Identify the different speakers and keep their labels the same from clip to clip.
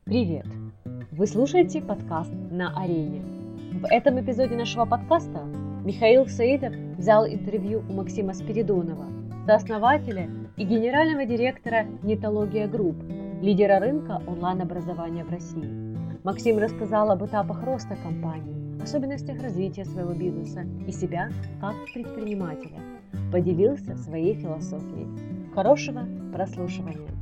Speaker 1: Привет! Вы слушаете подкаст «На арене». В этом эпизоде нашего подкаста Михаил Саидов взял интервью у Максима Спиридонова, сооснователя и генерального директора Нетология Групп, лидера рынка онлайн-образования в России. Максим рассказал об этапах роста компании, особенностях развития своего бизнеса и себя как предпринимателя. Поделился своей философией. Хорошего прослушивания!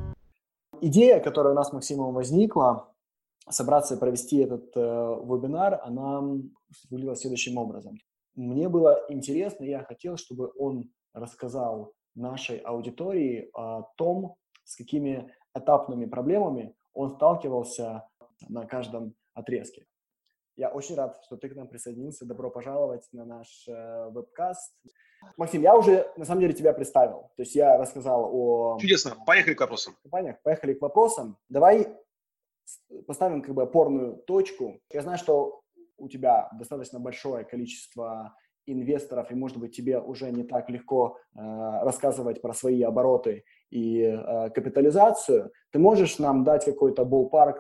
Speaker 2: Идея, которая у нас с Максимом возникла, собраться и провести этот вебинар, она выглядела следующим образом. Мне было интересно, я хотел, чтобы он рассказал нашей аудитории о том, с какими этапными проблемами он сталкивался на каждом отрезке. Я очень рад, что ты к нам присоединился. Добро пожаловать на наш вебкаст. Максим, я уже, на самом деле, тебя представил. То есть я рассказал о...
Speaker 3: Чудесно. Поехали к вопросам.
Speaker 2: Поехали к вопросам. Давай поставим опорную точку. Я знаю, что у тебя достаточно большое количество инвесторов, и, может быть, тебе уже не так легко рассказывать про свои обороты и капитализацию. Ты можешь нам дать какой-то ballpark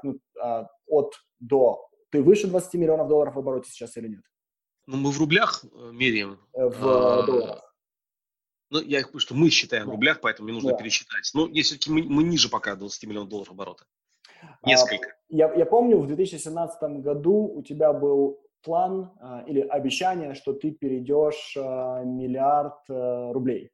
Speaker 2: от до? Ты выше 20 миллионов долларов в обороте сейчас или нет?
Speaker 3: Ну, мы в рублях меряем.
Speaker 2: В долларах.
Speaker 3: Ну, я их, потому что мы считаем в рублях, поэтому мне нужно пересчитать. Ну, если мы ниже пока 20 миллионов долларов оборота. Несколько.
Speaker 2: Я помню, в 2017 году у тебя был план или обещание, что ты перейдешь миллиард рублей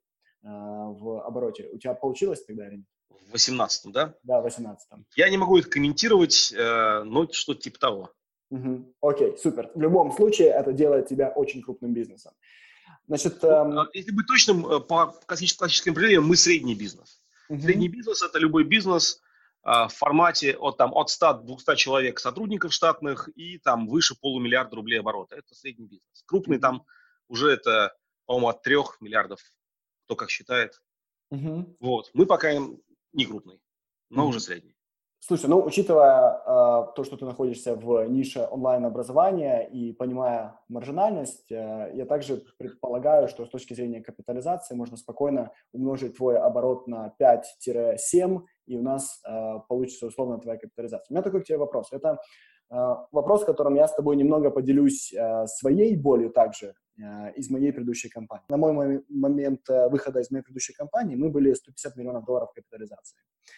Speaker 2: в обороте. У тебя получилось тогда или нет?
Speaker 3: В 18-м, да?
Speaker 2: Да, в 18-м.
Speaker 3: Я не могу это комментировать, но что-то типа того.
Speaker 2: Окей, супер. В любом случае, это делает тебя очень крупным бизнесом. Значит,
Speaker 3: если быть точным, по классическим определениям, мы средний бизнес. Средний бизнес – это любой бизнес в формате от 100-200 человек сотрудников штатных и выше полумиллиарда рублей оборота. Это средний бизнес. Крупный уже это, по-моему, от 3 миллиардов, кто как считает. Вот. Мы пока не крупный, но уже средний.
Speaker 2: Слушай, учитывая то, что ты находишься в нише онлайн-образования и понимая маржинальность, я также предполагаю, что с точки зрения капитализации можно спокойно умножить твой оборот на 5-7, и у нас получится условно твоя капитализация. У меня такой к тебе вопрос. Это вопрос, которым я с тобой немного поделюсь своей болью также из моей предыдущей компании. На мой момент выхода из моей предыдущей компании мы были 150 миллионов долларов капитализации.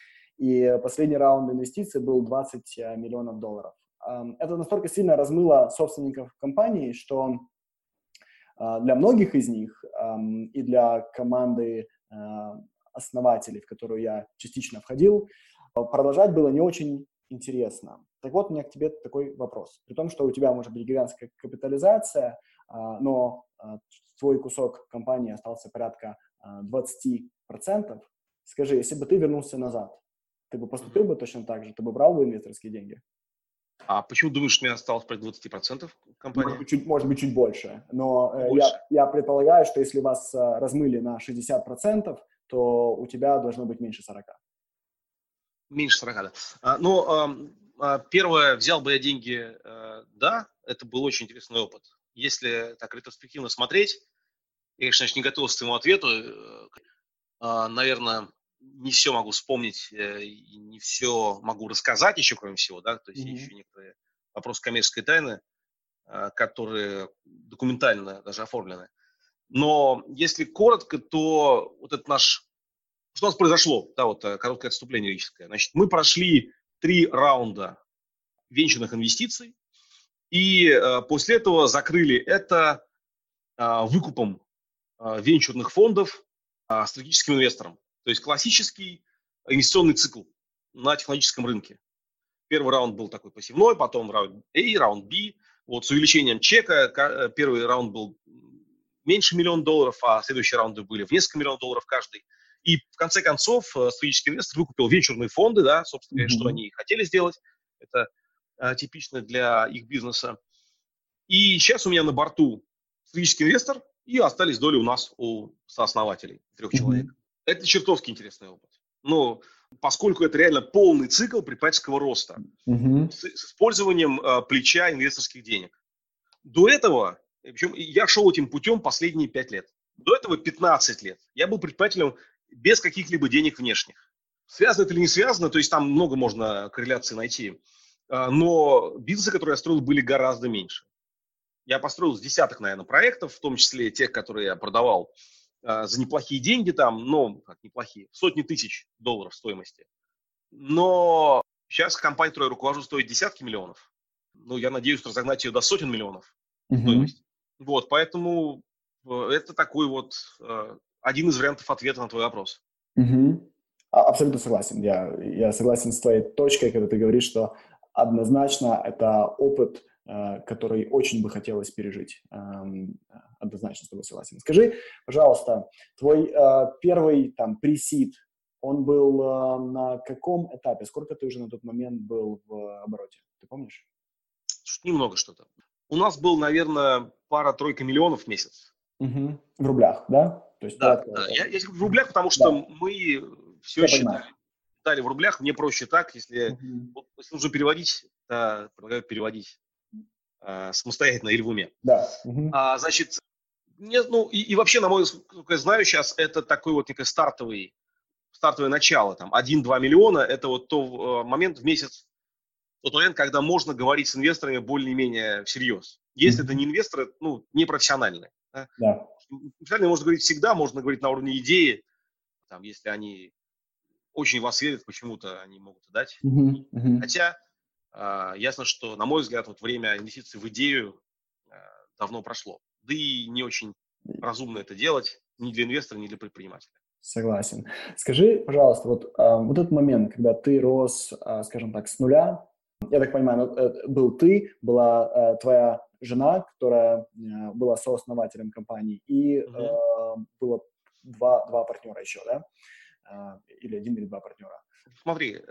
Speaker 2: И последний раунд инвестиций был 20 миллионов долларов. Это настолько сильно размыло собственников компании, что для многих из них и для команды основателей, в которую я частично входил, продолжать было не очень интересно. Так вот, у меня к тебе такой вопрос. При том, что у тебя может быть гигантская капитализация, но твой кусок компании остался порядка 20%. Скажи, если бы ты вернулся назад, ты бы поступил бы точно так же? Ты бы брал бы инвесторские деньги?
Speaker 3: А почему думаешь, что у меня осталось про 20% компании?
Speaker 2: Может быть, чуть больше. Но я предполагаю, что если вас размыли на 60%, то у тебя должно быть меньше 40%.
Speaker 3: Меньше 40, да. Первое, взял бы я деньги, да, это был очень интересный опыт. Если так ретроспективно смотреть, я, конечно, не готов к своему ответу. Наверное, не все могу вспомнить и не все могу рассказать еще, кроме всего, да, то есть еще некоторые вопросы коммерческой тайны, которые документально даже оформлены. Но если коротко, то вот это что у нас произошло, да, короткое отступление лирическое. Значит, мы прошли 3 раунда венчурных инвестиций и после этого закрыли это выкупом венчурных фондов стратегическим инвесторам. То есть классический инвестиционный цикл на технологическом рынке. Первый раунд был такой пассивной, потом раунд A, раунд B. Вот с увеличением чека первый раунд был меньше $1 миллион, а следующие раунды были в несколько миллионов долларов каждый. И в конце концов стратегический инвестор выкупил венчурные фонды, да, собственно говоря, что они хотели сделать. Это типично для их бизнеса. И сейчас у меня на борту стратегический инвестор, и остались доли у нас, у сооснователей, 3 человек. Это чертовски интересный опыт. Но поскольку это реально полный цикл предпринимательского роста с использованием плеча инвесторских денег. До этого, причем я шел этим путем последние 5 лет. До этого 15 лет я был предпринимателем без каких-либо денег внешних. Связано это или не связано, то есть там много можно корреляций найти, но бизнесы, которые я строил, были гораздо меньше. Я построил с десяток, наверное, проектов, в том числе тех, которые я продавал за неплохие деньги, там, ну, как неплохие, сотни тысяч долларов стоимости. Но сейчас компания, которой я руковожу, стоит десятки миллионов. Ну, я надеюсь разогнать ее до сотен миллионов стоимости. Вот, поэтому это такой вот один из вариантов ответа на твой вопрос.
Speaker 2: Абсолютно согласен. Я согласен с твоей точкой, когда ты говоришь, что однозначно это опыт, который очень бы хотелось пережить. Однозначно с тобой согласен. Скажи, пожалуйста, твой первый там pre-seed, он был на каком этапе? Сколько ты уже на тот момент был в обороте? Ты помнишь?
Speaker 3: Немного что-то. У нас был, наверное, пара-тройка миллионов в месяц.
Speaker 2: В рублях, да? То есть
Speaker 3: да. Я говорю в рублях, потому что мы все считали в рублях. Мне проще так, если нужно переводить, то предлагаю переводить самостоятельно или в уме.
Speaker 2: Да.
Speaker 3: Значит, нет, ну и вообще, на мой взгляд, я знаю сейчас, это такой вот некое стартовое начало, там, 1-2 миллиона, это вот тот момент в месяц, тот момент, когда можно говорить с инвесторами более-менее всерьез. Если это не инвесторы, ну, не профессиональные. Да. Профессионально можно говорить всегда, можно говорить на уровне идеи, там, если они очень вас верят, почему-то они могут дать. Хотя ясно, что, на мой взгляд, вот время инвестиций в идею давно прошло. Да и не очень разумно это делать ни для инвестора, ни для предпринимателя.
Speaker 2: Согласен. Скажи, пожалуйста, вот этот момент, когда ты рос, скажем так, с нуля, я так понимаю, был ты, была твоя жена, которая была сооснователем компании, и было два партнера еще, да? Или один или два партнера.
Speaker 3: Смотри,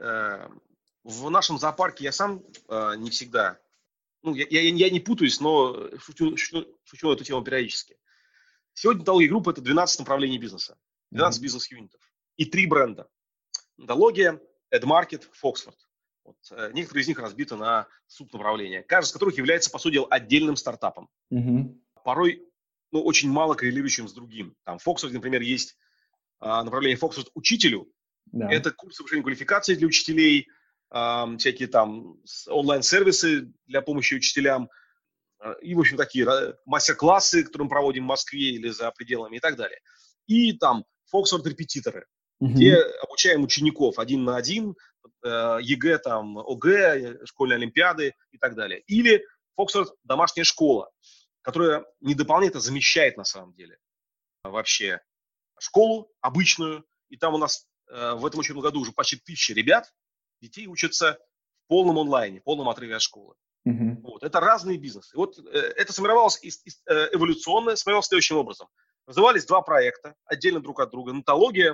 Speaker 3: в нашем зоопарке я сам не всегда, ну, я не путаюсь, но шучу на эту тему периодически. Сегодня Ontology Group – это 12 направлений бизнеса, 12 бизнес-юнитов и 3 бренда. Ontology, AdMarket, Foxford. Вот, некоторые из них разбиты на субнаправления, каждый из которых является, по сути дела, отдельным стартапом. Порой очень мало коррелирующим с другим. Там в Foxford, например, есть направление Foxford учителю. Да. Это курсы повышения квалификации для учителей, всякие там онлайн-сервисы для помощи учителям и, в общем, такие мастер-классы, которые мы проводим в Москве или за пределами и так далее. И там Foxford-репетиторы, где обучаем учеников 1 на 1, ЕГЭ, там, ОГЭ, школьные олимпиады и так далее. Или Foxford домашняя школа, которая не дополняет, а замещает на самом деле вообще школу обычную. И там у нас в этом учебном году уже почти 1000 ребят, детей учатся в полном онлайне, в полном отрыве от школы. Вот. Это разные бизнесы. Вот это сформировалось эволюционно, сформировалось следующим образом. Назывались 2 проекта, отдельно друг от друга. Ontology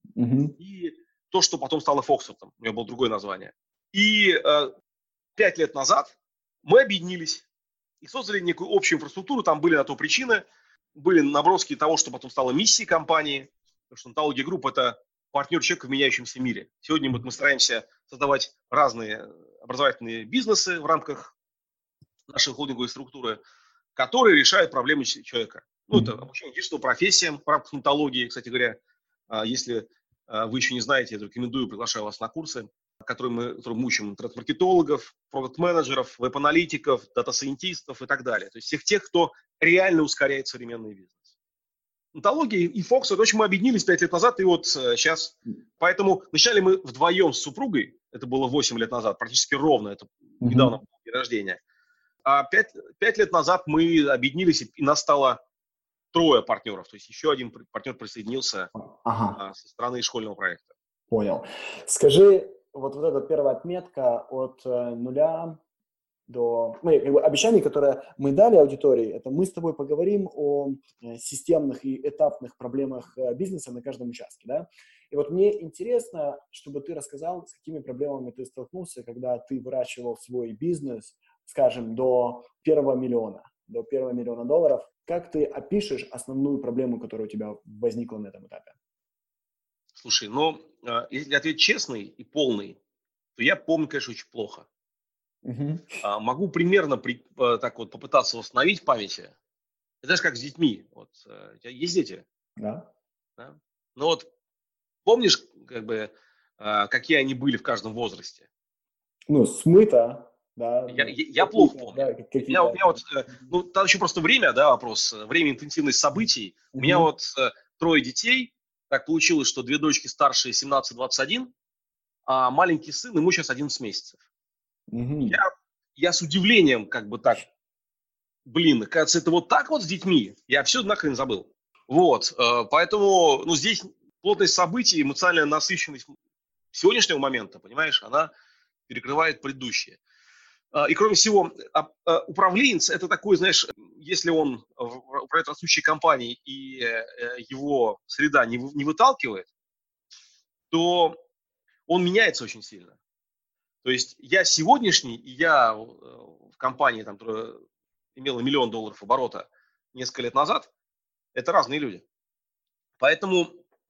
Speaker 3: и то, что потом стало Foxford. У него было другое название. И 5 лет назад мы объединились и создали некую общую инфраструктуру. Там были на то причины, были наброски того, что потом стало миссией компании. Потому что Ontology Group – это партнер человека в меняющемся мире. Сегодня мы стараемся создавать разные образовательные бизнесы в рамках нашей холдинговой структуры, которые решают проблемы человека. Ну, это обучение диджитал профессиям в рамках онтологии, кстати говоря. Если вы еще не знаете, я рекомендую, приглашаю вас на курсы, которые мы учим интернет-маркетологов, продакт-менеджеров, веб-аналитиков, дата-сайентистов и так далее. То есть всех тех, кто реально ускоряет современный бизнес. Ontology и Foxford, очень мы объединились 5 лет назад, и вот сейчас. Поэтому начали мы вдвоем с супругой, это было 8 лет назад, практически ровно, это недавно было день рождения. А 5 лет назад мы объединились, и нас стало 3 партнеров, то есть еще один партнер присоединился со стороны школьного проекта.
Speaker 2: Понял. Скажи, вот эта первая отметка от нуля до... обещание, которое мы дали аудитории, это мы с тобой поговорим о системных и этапных проблемах бизнеса на каждом участке, да? И вот мне интересно, чтобы ты рассказал, с какими проблемами ты столкнулся, когда ты выращивал свой бизнес, скажем, до первого миллиона долларов. Как ты опишешь основную проблему, которая у тебя возникла на этом этапе?
Speaker 3: Слушай, если ответ честный и полный, то я помню, конечно, очень плохо. Могу примерно так вот попытаться восстановить в памяти. Это же как с детьми. Вот, у тебя есть дети?
Speaker 2: Да.
Speaker 3: Ну вот, помнишь, как бы, какие они были в каждом возрасте.
Speaker 2: Ну, смыто, да.
Speaker 3: Я плохо помню. Да, у меня вот, ну, там еще просто время, да, вопрос, время, интенсивность событий. У меня вот 3 детей, так получилось, что 2 дочки старшие 17-21, а маленький сын, ему сейчас 11 месяцев. Я с удивлением как бы так, блин, кажется, это вот так вот с детьми, я все нахрен забыл. Вот, поэтому, ну, здесь плотность событий, эмоциональная насыщенность сегодняшнего момента, понимаешь, она перекрывает предыдущие. И кроме всего, управленец – это такой, знаешь, если он управляет растущей компанией и его среда не выталкивает, то он меняется очень сильно. То есть я сегодняшний, и я в компании, там, которая имела $1 миллион оборота несколько лет назад, это разные люди. Поэтому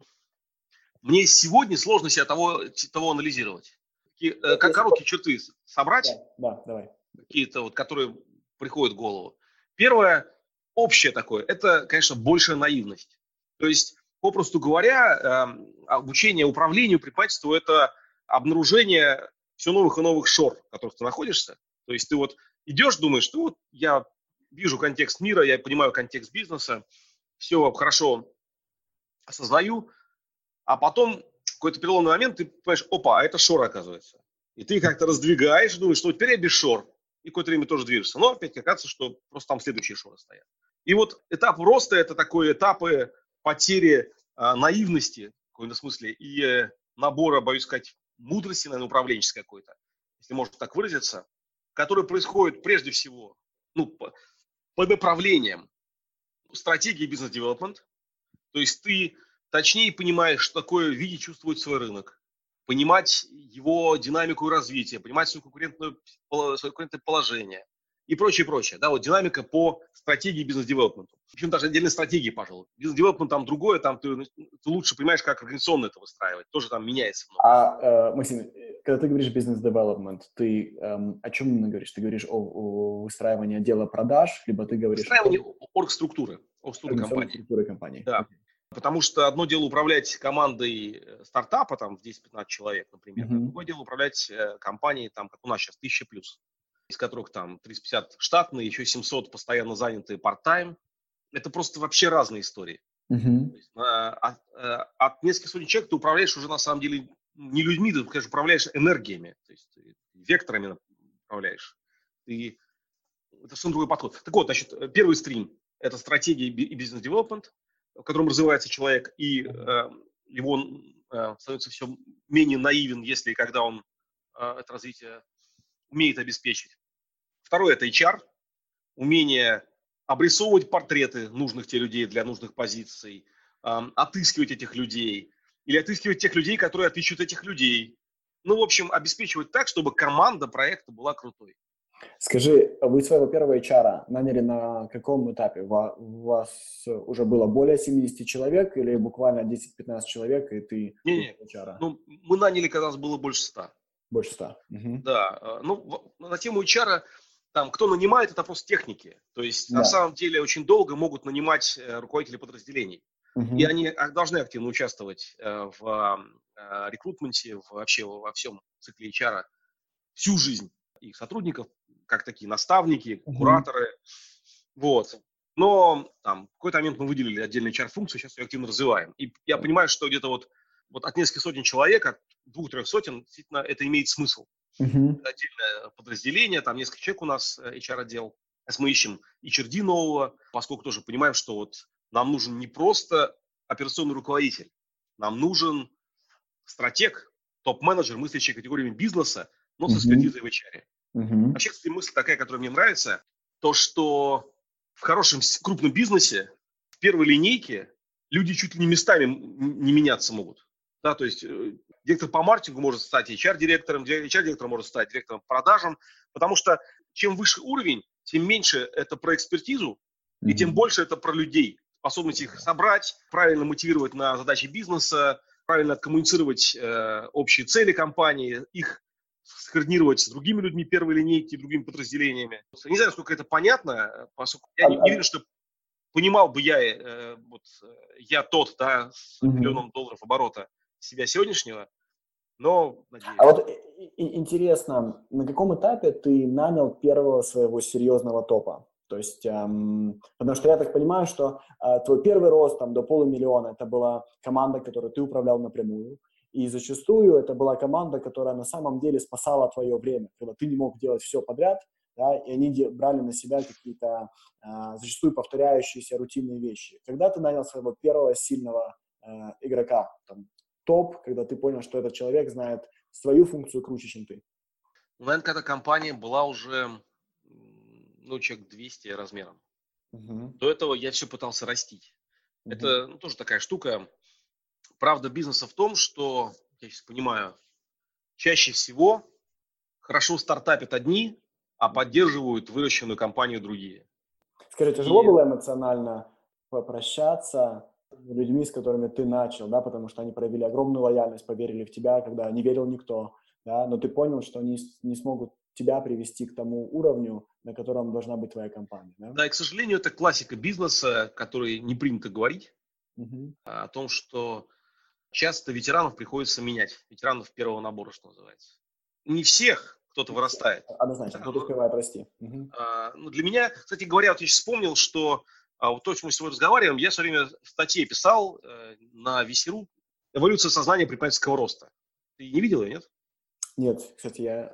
Speaker 3: мне сегодня сложно себя того анализировать. Как короткие черты собрать,
Speaker 2: да, давай.
Speaker 3: Какие-то вот, которые приходят в голову. Первое, общее такое, это, конечно, большая наивность. То есть, попросту говоря, обучение управлению, предпринимательству – это обнаружение все новых и новых шор, в которых ты находишься. То есть ты вот идешь, думаешь, что вот я вижу контекст мира, я понимаю контекст бизнеса, все хорошо осознаю, а потом в какой-то переломный момент ты понимаешь, опа, а это шор, оказывается. И ты как-то раздвигаешь, думаешь, что теперь я без шор. И какое-то время тоже движешься. Но опять оказывается, что просто там следующие шоры стоят. И вот этап роста – это такой этапы потери наивности, в каком-то смысле, и набора, боюсь сказать, мудрости, наверное, управленческой какой-то, если можно так выразиться, который происходит прежде всего под направлением стратегии бизнес-девелопмент. То есть ты точнее понимаешь, что такое видеть, чувствовать свой рынок, понимать его динамику и развитие, понимать свое конкурентное положение и прочее, прочее. Да, вот динамика по стратегии бизнес-девелопмента. Причем даже отдельной стратегии, пожалуй. Бизнес-девелопмент там другое, там ты лучше понимаешь, как организационно это выстраивать. Тоже там меняется
Speaker 2: много. Максим, когда ты говоришь бизнес-девелопмент, ты о чем именно говоришь? Ты говоришь о выстраивании отдела продаж, либо ты говоришь
Speaker 3: выстраивании оргструктуры
Speaker 2: компании.
Speaker 3: Да. Потому что одно дело управлять командой стартапа, там, в 10-15 человек, например, а другое дело управлять компанией, там, как у нас сейчас, 1000+, из которых там 350 штатные, еще 700 постоянно занятые part-time. Это просто вообще разные истории. То есть, от нескольких сотен человек ты управляешь уже, на самом деле, не людьми, ты, конечно, управляешь энергиями, то есть векторами управляешь. Это совершенно другой подход. Так вот, значит, первый стрим – это стратегия и бизнес-девелопмент, в котором развивается человек, и его становится все менее наивен, если и когда он это развитие умеет обеспечить. Второе – это HR, умение обрисовывать портреты нужных тебе людей для нужных позиций, отыскивать этих людей, или отыскивать тех людей, которые отыщут этих людей. Ну, в общем, обеспечивать так, чтобы команда проекта была крутой.
Speaker 2: Скажи, вы своего первого HR наняли на каком этапе? У вас уже было более 70 человек или буквально 10-15 человек, и ты
Speaker 3: HR? Ну, мы наняли, когда нас было больше 100.
Speaker 2: Больше 100.
Speaker 3: Да. Ну, на тему HR, там, кто нанимает, это просто техники. То есть, на самом деле, очень долго могут нанимать руководители подразделений. И они должны активно участвовать в рекрутменте, вообще во всем цикле HR всю жизнь. Их сотрудников, как такие наставники, кураторы. Вот. Но там, в какой-то момент мы выделили отдельную HR-функцию, сейчас ее активно развиваем. И я понимаю, что где-то вот от нескольких сотен человек, от 2-3 сотен, действительно, это имеет смысл. Отдельное подразделение, там несколько человек у нас HR-отдел. Мы ищем HRD нового, поскольку тоже понимаем, что вот нам нужен не просто операционный руководитель, нам нужен стратег, топ-менеджер, мыслящий категориями бизнеса, но с экспертизой в HR. Вообще, кстати, мысль такая, которая мне нравится, то, что в хорошем крупном бизнесе в первой линейке люди чуть ли не местами не меняться могут. Да, то есть директор по маркетингу может стать HR-директором, HR-директор может стать директором по продажам, потому что чем выше уровень, тем меньше это про экспертизу, и тем больше это про людей, способность их собрать, правильно мотивировать на задачи бизнеса, правильно коммуницировать общие цели компании, их скоординировать с другими людьми первой линейки, другими подразделениями. Не знаю, насколько это понятно, поскольку я не уверен, что понимал бы я тот, да, с $1 миллион оборота себя сегодняшнего, но
Speaker 2: А
Speaker 3: надеюсь.
Speaker 2: вот интересно, на каком этапе ты нанял первого своего серьезного топа? То есть, потому что я так понимаю, что твой первый рост там, до $500,000 это была команда, которой ты управлял напрямую, и зачастую это была команда, которая на самом деле спасала твое время, когда ты не мог делать все подряд, да, и они брали на себя какие-то зачастую повторяющиеся рутинные вещи. Когда ты нанял своего первого сильного игрока, там, топ, когда ты понял, что этот человек знает свою функцию круче, чем ты?
Speaker 3: Ну, наверное, когда компания была уже, ну, человек 200 размером.
Speaker 2: Мгм.
Speaker 3: До этого я все пытался растить.
Speaker 2: Мгм.
Speaker 3: Это тоже такая штука. Правда бизнеса в том, что, я сейчас понимаю, чаще всего хорошо стартапят одни, а поддерживают выращенную компанию другие.
Speaker 2: Скажи, тяжело
Speaker 3: И
Speaker 2: было эмоционально попрощаться с людьми, с которыми ты начал, да, потому что они проявили огромную лояльность, поверили в тебя, когда не верил никто, да, но ты понял, что они не смогут тебя привести к тому уровню, на котором должна быть твоя компания, да?
Speaker 3: да, и, к сожалению, это классика бизнеса, который не принято говорить,
Speaker 2: Мгм.
Speaker 3: о том, что часто ветеранов приходится менять. Ветеранов первого набора, что называется. Не всех, кто-то вырастает.
Speaker 2: Однозначно,
Speaker 3: Да,
Speaker 2: кто-то успевает расти. Мгм.
Speaker 3: ну, для меня, кстати говоря, вот я сейчас вспомнил, что вот то, о чем мы сегодня разговариваем, я все время в статье писал на VC.ru «Эволюция сознания предпринимательского роста». Ты не видел ее, нет?
Speaker 2: Нет, кстати, я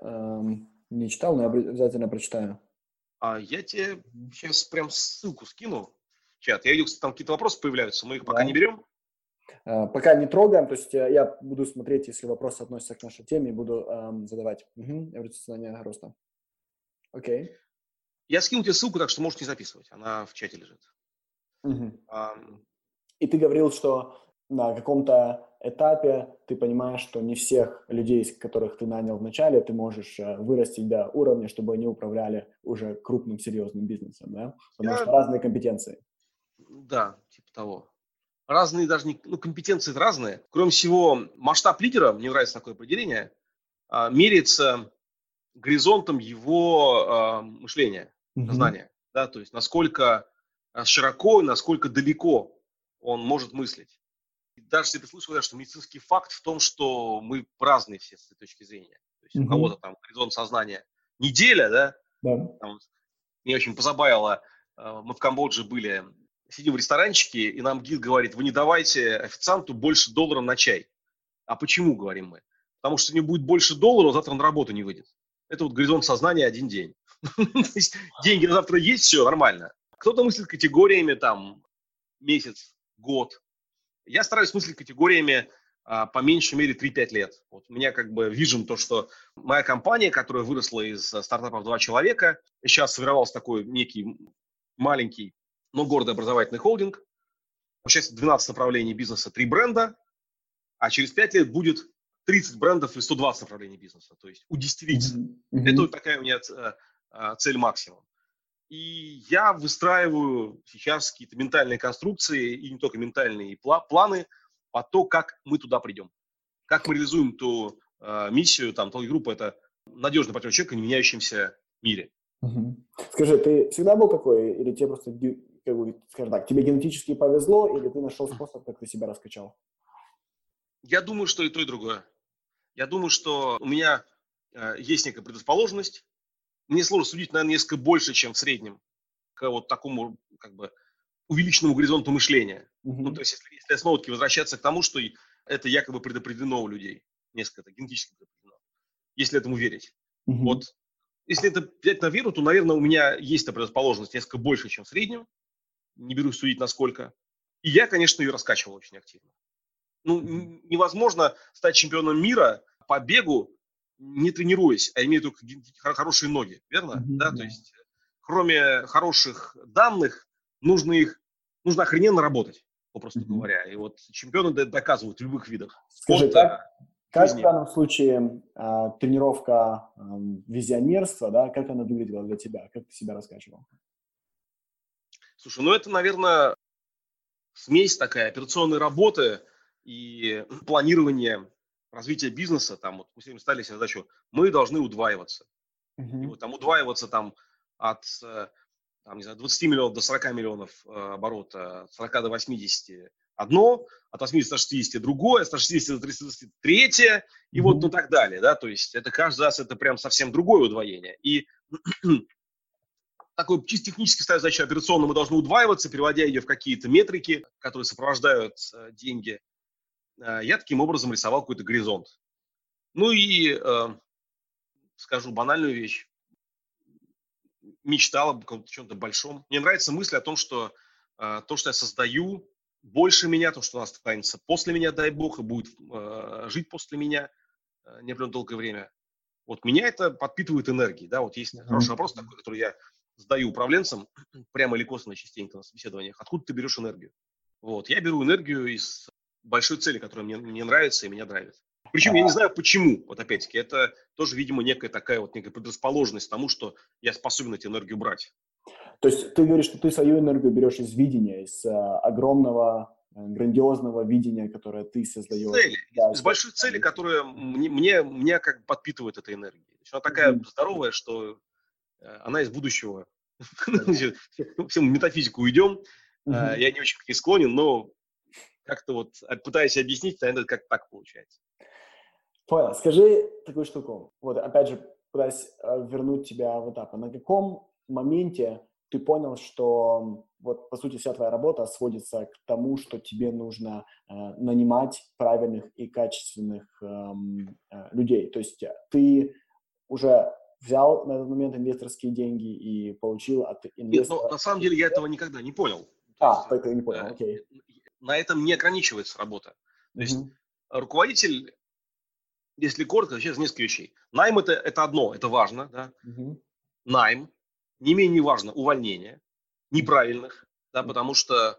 Speaker 2: не читал, но я обязательно прочитаю.
Speaker 3: А я тебе сейчас прям ссылку скину в чат. Я видел, кстати, там какие-то вопросы появляются, мы их пока не
Speaker 2: Да.
Speaker 3: берем.
Speaker 2: Пока не трогаем, то есть я буду смотреть, если вопросы относятся к нашей теме, и буду задавать. Эволюционное роста. Окей.
Speaker 3: Я скину тебе ссылку, так что можешь не записывать. Она в чате лежит.
Speaker 2: Мгм.
Speaker 3: Ам,
Speaker 2: И ты говорил, что на каком-то этапе ты понимаешь, что не всех людей, которых ты нанял в начале, ты можешь вырастить до уровня, чтобы они управляли уже крупным, серьезным бизнесом, да? Потому
Speaker 3: Я,
Speaker 2: что разные компетенции.
Speaker 3: да, типа того. Разные даже, ну, компетенции разные. Кроме всего, масштаб лидера, мне нравится такое определение, меряется горизонтом его мышления,
Speaker 2: Мгм.
Speaker 3: сознания. Да, то есть насколько широко и насколько далеко он может мыслить. И даже если ты слышал, да, что медицинский факт в том, что мы разные все с этой точки зрения. То есть у
Speaker 2: Мгм.
Speaker 3: кого-то там горизонт сознания неделя, да,
Speaker 2: Да.
Speaker 3: там, меня очень позабавило, мы в Камбодже были, сидим в ресторанчике, и нам гид говорит: вы не давайте официанту больше $1 на чай. А почему, говорим мы? Потому что у него будет больше $1, завтра на работу не выйдет. Это вот горизонт сознания один день. То есть деньги на завтра есть, все нормально. Кто-то мыслит категориями там месяц, год. Я стараюсь мыслить категориями по меньшей мере 3-5 лет. Вот у меня как бы вижен то, что моя компания, которая выросла из стартапов 2 человека, сейчас сформировался такой некий маленький, но гордый образовательный холдинг. Сейчас 12 направлений бизнеса, 3 бренда, а через 5 лет будет 30 брендов и 120 направлений бизнеса. То есть удесятериться.
Speaker 2: Мгм.
Speaker 3: Это
Speaker 2: Мгм.
Speaker 3: вот такая у меня цель максимум. И я выстраиваю сейчас какие-то ментальные конструкции, и не только ментальные планы, по то, как мы туда придем. Как мы реализуем ту миссию, там, Талги Группа – это надежный партнер человека в меняющемся мире.
Speaker 2: Мгм. Скажи, ты всегда был такой, или тебе просто, как бы, скажем так, тебе генетически повезло, или ты нашел способ, как ты себя раскачал?
Speaker 3: Я думаю, что и то, и другое. Я думаю, что у меня есть некая предрасположенность. Мне сложно судить, наверное, несколько больше, чем в среднем, к вот такому как бы увеличенному горизонту мышления. Ну, то
Speaker 2: Мгм.
Speaker 3: есть, если снова-таки возвращаться к тому, что это якобы предопределено у людей, несколько это генетически предопределено, если этому верить.
Speaker 2: Мгм.
Speaker 3: Вот, если это взять на веру, то, наверное, у меня есть эта предрасположенность несколько больше, чем в среднем, не берусь судить насколько. И я, конечно, ее раскачивал очень активно. Ну,
Speaker 2: Мгм.
Speaker 3: невозможно стать чемпионом мира по бегу, не тренируясь, а имея только хорошие ноги, верно?
Speaker 2: Мгм.
Speaker 3: Да, то
Speaker 2: Да.
Speaker 3: есть кроме хороших данных, нужно охрененно работать, попросту
Speaker 2: Мгм.
Speaker 3: говоря. И вот чемпионы доказывают в любых видах
Speaker 2: Скажи,
Speaker 3: спорта,
Speaker 2: как в
Speaker 3: жизни.
Speaker 2: данном случае тренировка визионерства, да, как она выглядела для тебя? Как ты себя раскачивал?
Speaker 3: Слушай, ну это, наверное, смесь такая операционной работы и планирования развития бизнеса. Там вот мы сегодня ставили себе задачу, мы должны удваиваться. И
Speaker 2: Мгм.
Speaker 3: вот там удваиваться там от там, не знаю, 20 миллионов до 40 миллионов оборота, от 40 до 80, одно, от 80 до 60 другое, от 160 до 30 третье, и вот ну так далее, да, то есть это каждый раз это прям совсем другое удвоение. И такой чисто технически ставя задачу операционно мы должны удваиваться, переводя ее в какие-то метрики, которые сопровождают деньги. Я таким образом рисовал какой-то горизонт. Ну и скажу банальную вещь. Мечтал об чем-то большом. Мне нравится мысль о том, что то, что я создаю, больше меня, то, что останется после меня, дай бог, и будет жить после меня неопределенное долгое время. Вот меня это подпитывает энергией. Да? Вот есть хороший вопрос такой, который я задаю управленцам, прямо или косвенно частенько на собеседованиях. Откуда ты берешь энергию? Вот. Я беру энергию из большой цели, которая мне нравится и меня драйвит. Причем я не знаю почему. Вот опять-таки, это тоже, видимо, некая предрасположенность к тому, что я способен эту энергию брать.
Speaker 2: То есть ты говоришь, что ты свою энергию берешь из видения, из огромного, грандиозного видения, которое ты создаешь.
Speaker 3: Цели. Из большой цели, которая мне как бы подпитывает этой энергией. Она такая здоровая, что она из будущего. Все мы в метафизику уйдем. Я не очень к ней склонен, но как-то вот пытаюсь объяснить, наверное, как так получается.
Speaker 2: Понял. Скажи такую штуку. Вот опять же, пытаюсь вернуть тебя в этап. На каком моменте ты понял, что вот по сути вся твоя работа сводится к тому, что тебе нужно нанимать правильных и качественных людей? То есть ты уже взял на этот момент инвесторские деньги и получил от инвестора...
Speaker 3: Нет, но на самом деле я этого никогда не понял.
Speaker 2: Только не понял, окей.
Speaker 3: На этом не ограничивается работа. То есть руководитель, если коротко, сейчас несколько вещей. Найм это одно, это важно. Да? Найм. Не менее важно увольнение неправильных, да, потому что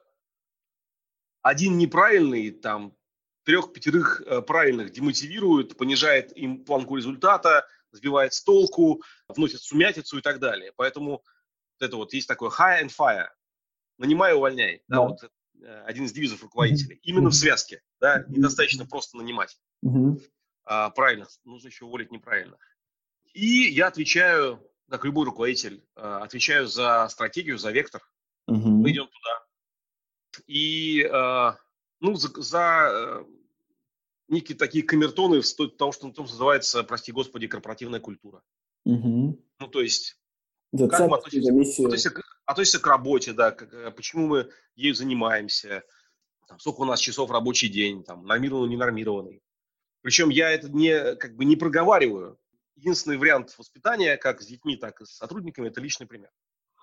Speaker 3: один неправильный, там, 3-5 правильных демотивирует, понижает им планку результата, сбивает с толку, вносит сумятицу и так далее. Поэтому это вот есть такое hire and fire. Нанимай и увольняй. Да, вот один из девизов руководителей. Именно в связке. Да, недостаточно просто нанимать. Правильных, нужно еще уволить неправильных. И я отвечаю, как любой руководитель, отвечаю за стратегию, за вектор. Мы идем туда. И за некие такие камертоны стоит того, что называется, прости господи, корпоративная культура. Ну, то есть, как мы относимся к работе, да, почему мы ею занимаемся, там, сколько у нас часов рабочий день, там, нормированный, ненормированный. Причем я это не проговариваю. Единственный вариант воспитания, как с детьми, так и с сотрудниками, это личный пример.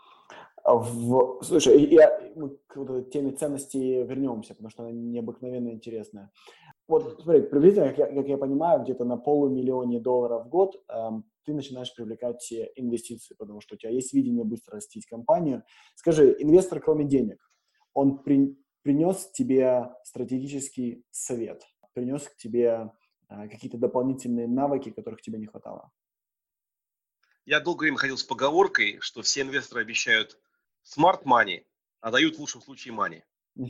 Speaker 2: Слушай, мы к теме ценностей вернемся, потому что она необыкновенно интересная. Вот, смотри, приблизительно, как я понимаю, где-то на $500,000 в год ты начинаешь привлекать инвестиции, потому что у тебя есть видение быстро растить компанию. Скажи, инвестор, кроме денег, он принес тебе стратегический совет, принес к тебе какие-то дополнительные навыки, которых тебе не хватало?
Speaker 3: Я долгое время ходил с поговоркой, что все инвесторы обещают smart money, а дают в лучшем случае money.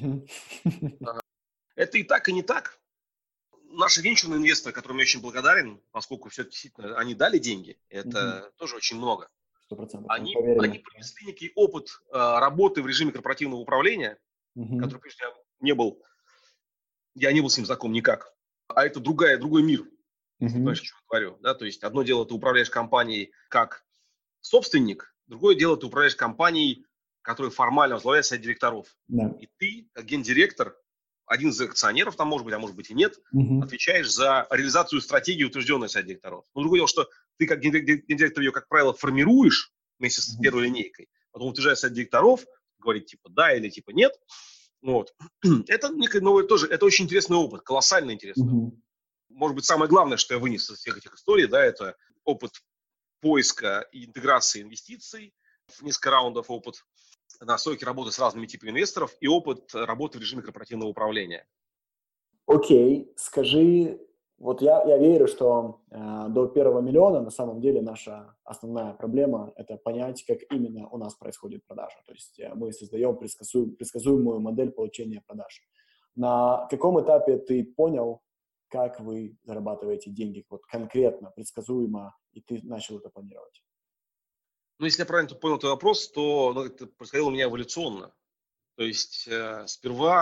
Speaker 3: Это и так, и не так. Наши венчурные инвесторы, которым я очень благодарен, поскольку все действительно они дали деньги, это тоже очень много.
Speaker 2: 100%.
Speaker 3: Они принесли некий опыт работы в режиме корпоративного управления, который прежде я не был с ним знаком никак. А это другой мир. Понимаешь, о чем я говорю? Да? То есть одно дело, ты управляешь компанией как собственник, другое дело, ты управляешь компанией, которая формально возглавляет совет директоров. И ты, как гендиректор, один из акционеров, там может быть, а может быть и нет, отвечаешь за реализацию стратегии, утвержденной совет директоров. Но другое дело, что ты как гендиректор ее, как правило, формируешь вместе с первой линейкой, потом утверждаешь совет директоров, говорит типа да или типа нет. Вот. Это некое новое тоже, это очень интересный опыт, колоссально интересный опыт. Может быть, самое главное, что я вынес из всех этих историй, да, это опыт поиска и интеграции инвестиций, в несколько раундов опыт настройки работы с разными типами инвесторов и опыт работы в режиме корпоративного управления.
Speaker 2: Окей, скажи, вот я верю, что до 1 миллиона на самом деле наша основная проблема – это понять, как именно у нас происходит продажа. То есть мы создаем предсказуемую модель получения продаж. На каком этапе ты понял, как вы зарабатываете деньги, вот конкретно, предсказуемо, и ты начал это планировать?
Speaker 3: Ну, если я правильно понял твой вопрос, то это происходило у меня эволюционно. То есть сперва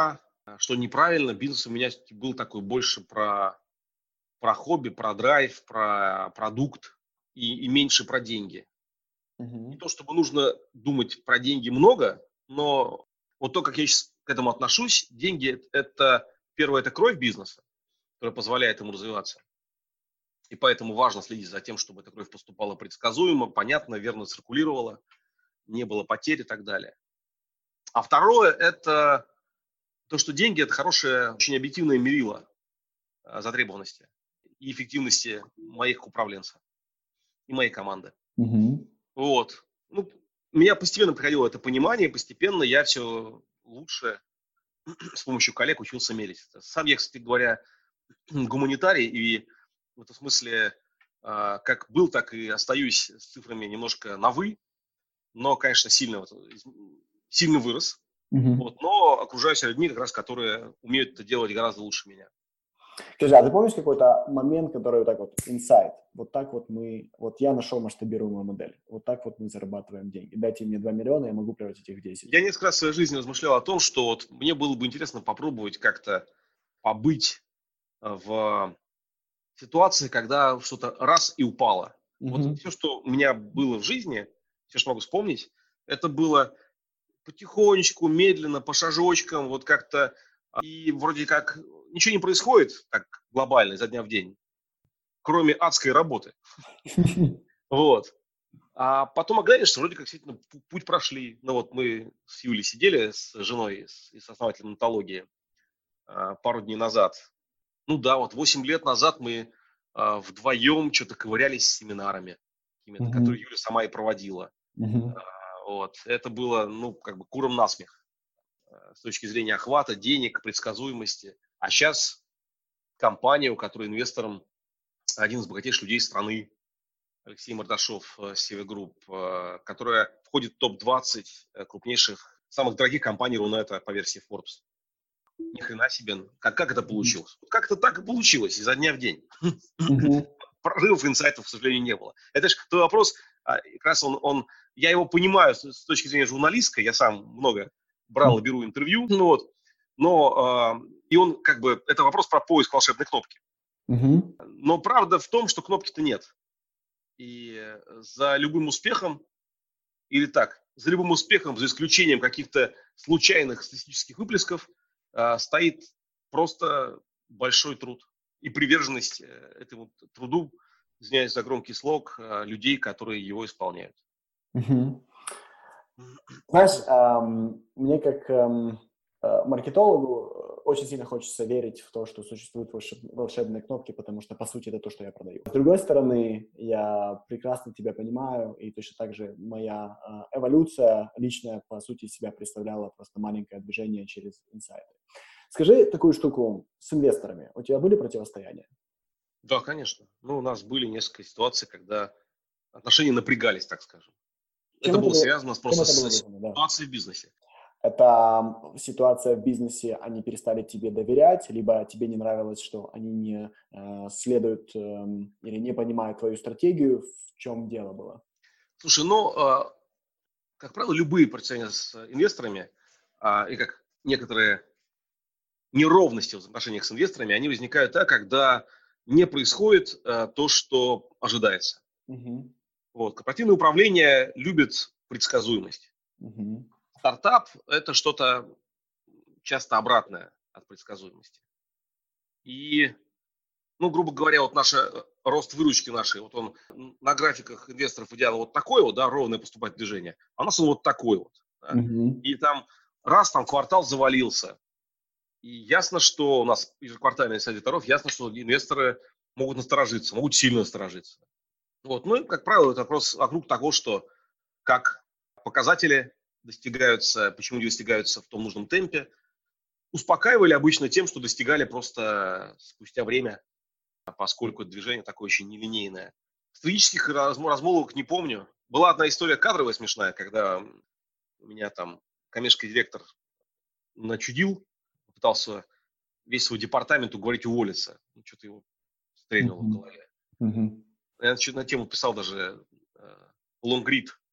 Speaker 3: что неправильно. Бизнес у меня был такой больше про хобби, про драйв, про продукт и меньше про деньги. Не то, чтобы нужно думать про деньги много, но вот то, как я сейчас к этому отношусь, деньги – это, первое, это кровь бизнеса, которая позволяет ему развиваться. И поэтому важно следить за тем, чтобы эта кровь поступала предсказуемо, понятно, верно циркулировала, не было потерь и так далее. А второе – это то, что деньги – это хорошее, очень объективное мерило затребованности и эффективности моих управленцев и моей команды. Вот. Ну, у меня постепенно приходило это понимание, постепенно я все лучше с помощью коллег учился мерить. Сам я, кстати говоря, гуманитарий, и в этом смысле как был, так и остаюсь с цифрами немножко на «вы», но, конечно, сильно вырос. Вот, но окружаю себя людьми, как раз, которые умеют это делать гораздо лучше меня.
Speaker 2: Скажи, а ты помнишь какой-то момент, который вот так вот, инсайт, вот так вот я нашел масштабируемую модель, вот так вот мы зарабатываем деньги, дайте мне 2 миллиона, я могу превратить их в 10.
Speaker 3: Я несколько раз в своей жизни размышлял о том, что вот мне было бы интересно попробовать как-то побыть в ситуации, когда что-то раз и упало. Вот все, что у меня было в жизни, все, что могу вспомнить, это было потихонечку, медленно, по шажочкам, вот как-то, и вроде как ничего не происходит так глобально изо дня в день, кроме адской работы. Вот. А потом оглядишься, что вроде как действительно путь прошли. Ну вот мы с Юлей сидели с женой и с основателем онтологии пару дней назад. Ну да, вот 8 лет назад мы вдвоем что-то ковырялись с семинарами, которые Юля сама и проводила. Вот. Это было, ну, как бы куром насмех с точки зрения охвата, денег, предсказуемости. А сейчас компания, у которой инвестором один из богатейших людей страны, Алексей Мордашов, CV Group, которая входит в топ-20 крупнейших, самых дорогих компаний Рунета по версии Forbes. Ни хрена себе. Как это получилось? Как-то так и получилось, изо дня в день. Прорывов, инсайтов, к сожалению, не было. Это же твой вопрос, как раз я его понимаю с точки зрения журналистской, я сам много брал и беру интервью, ну вот, но и он как бы, это вопрос про поиск волшебной кнопки. Но правда в том, что кнопки-то нет. И за любым успехом, или так, за любым успехом, за исключением каких-то случайных статистических выплесков, стоит просто большой труд и приверженность этому труду, извиняюсь за громкий слог, людей, которые его исполняют.
Speaker 2: Знаешь, мне как маркетологу очень сильно хочется верить в то, что существуют волшебные кнопки, потому что, по сути, это то, что я продаю. С другой стороны, я прекрасно тебя понимаю, и точно так же моя эволюция личная, по сути, себя представляла просто маленькое движение через инсайты. Скажи такую штуку с инвесторами. У тебя были противостояния?
Speaker 3: Да, конечно. Ну, у нас были несколько ситуаций, когда отношения напрягались, так скажем. Это было связано просто с ситуацией в бизнесе.
Speaker 2: Это ситуация в бизнесе, они перестали тебе доверять, либо тебе не нравилось, что они не следуют или не понимают твою стратегию. В чем дело было?
Speaker 3: Слушай, как правило, любые противостояния с инвесторами и как некоторые неровности в отношениях с инвесторами, они возникают когда не происходит то, что ожидается. Вот. Корпоративное управление любит предсказуемость. Стартап – это что-то часто обратное от предсказуемости. И, грубо говоря, вот рост выручки нашей, вот он на графиках инвесторов идеально вот такой вот, да, ровное поступательное движение, а у нас он вот такой вот. Да. И там квартал завалился. И ясно, что у нас ежеквартальный сайт аудиторов, ясно, что инвесторы могут насторожиться, могут сильно насторожиться. Вот. Ну и, как правило, это вопрос вокруг того, что как показатели достигаются, почему не достигаются в том нужном темпе. Успокаивали обычно тем, что достигали просто спустя время, поскольку это движение такое очень нелинейное. Стратегических размолвок не помню. Была одна история кадровая смешная, когда у меня там коммерческий директор начудил, пытался весь свой департамент уговорить уволиться. Что-то его стрельнуло в голове. Я на тему писал даже лонгрид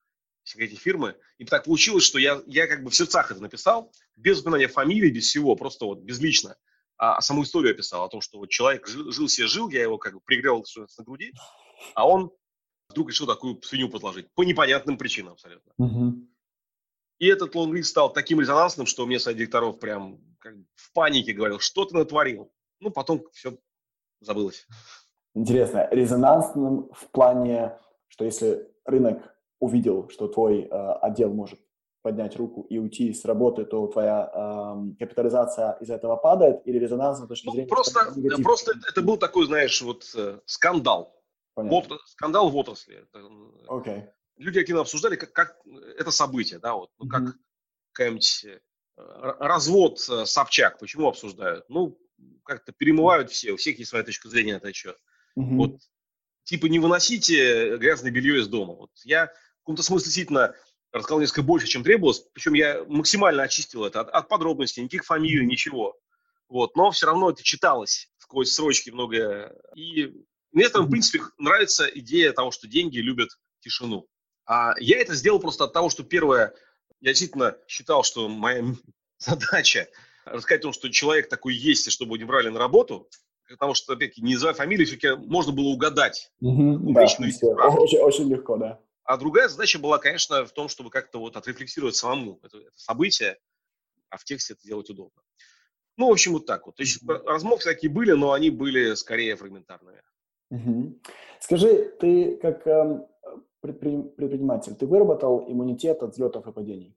Speaker 3: секрете фирмы. И так получилось, что я как бы в сердцах это написал, без упоминания фамилии, без всего, просто вот безлично. А саму историю описал, о том, что вот человек жил себе жил, я его как бы пригрел на груди, а он вдруг решил такую свинью подложить. По непонятным причинам абсолютно. И этот лонгрид стал таким резонансным, что мне совет директоров прям как в панике говорил, что ты натворил. Ну, потом все забылось.
Speaker 2: Интересно. Резонансным в плане, что если рынок увидел, что твой отдел может поднять руку и уйти с работы, то твоя капитализация из-за этого падает, или резонансная точки зрения?
Speaker 3: Просто это был такой, знаешь, вот скандал. Скандал в отрасли.
Speaker 2: Okay.
Speaker 3: Люди активно обсуждали, как это событие, да, вот, ну, как какой-нибудь развод Собчак. Почему обсуждают? Ну, как-то перемывают все, у всех есть своя точка зрения на этот счет. Вот, типа, не выносите грязное белье из дома. Вот я в каком-то смысле действительно рассказал несколько больше, чем требовалось, причем я максимально очистил это от подробностей, никаких фамилий, ничего. Вот, но все равно это читалось сквозь строчки многое. И мне, в принципе, нравится идея того, что деньги любят тишину. А я это сделал просто от того, что первое, я действительно считал, что моя задача рассказать о том, что человек такой есть, и чтобы его не брали на работу, потому что, опять-таки, не называя фамилии, все-таки можно было угадать.
Speaker 2: Да, очень легко, да.
Speaker 3: А другая задача была, конечно, в том, чтобы как-то вот отрефлексировать самому это событие, а в тексте это делать удобно. Ну, в общем, вот так вот. То есть размолвки всякие были, но они были скорее фрагментарными.
Speaker 2: Скажи, ты как предприниматель, ты выработал иммунитет от взлетов и падений?